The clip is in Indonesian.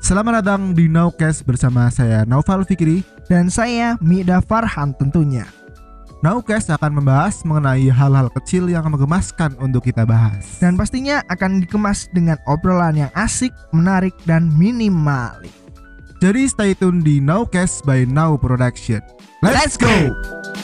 Selamat datang di Nowcast bersama saya Naufal Fikri. Dan saya Mida Farhan tentunya. Nowcast akan membahas mengenai hal-hal kecil yang menggemaskan untuk kita bahas. Dan pastinya akan dikemas dengan obrolan yang asik, menarik, dan minimalis. Jadi stay tune di Nowcast by Now Production. Let's go!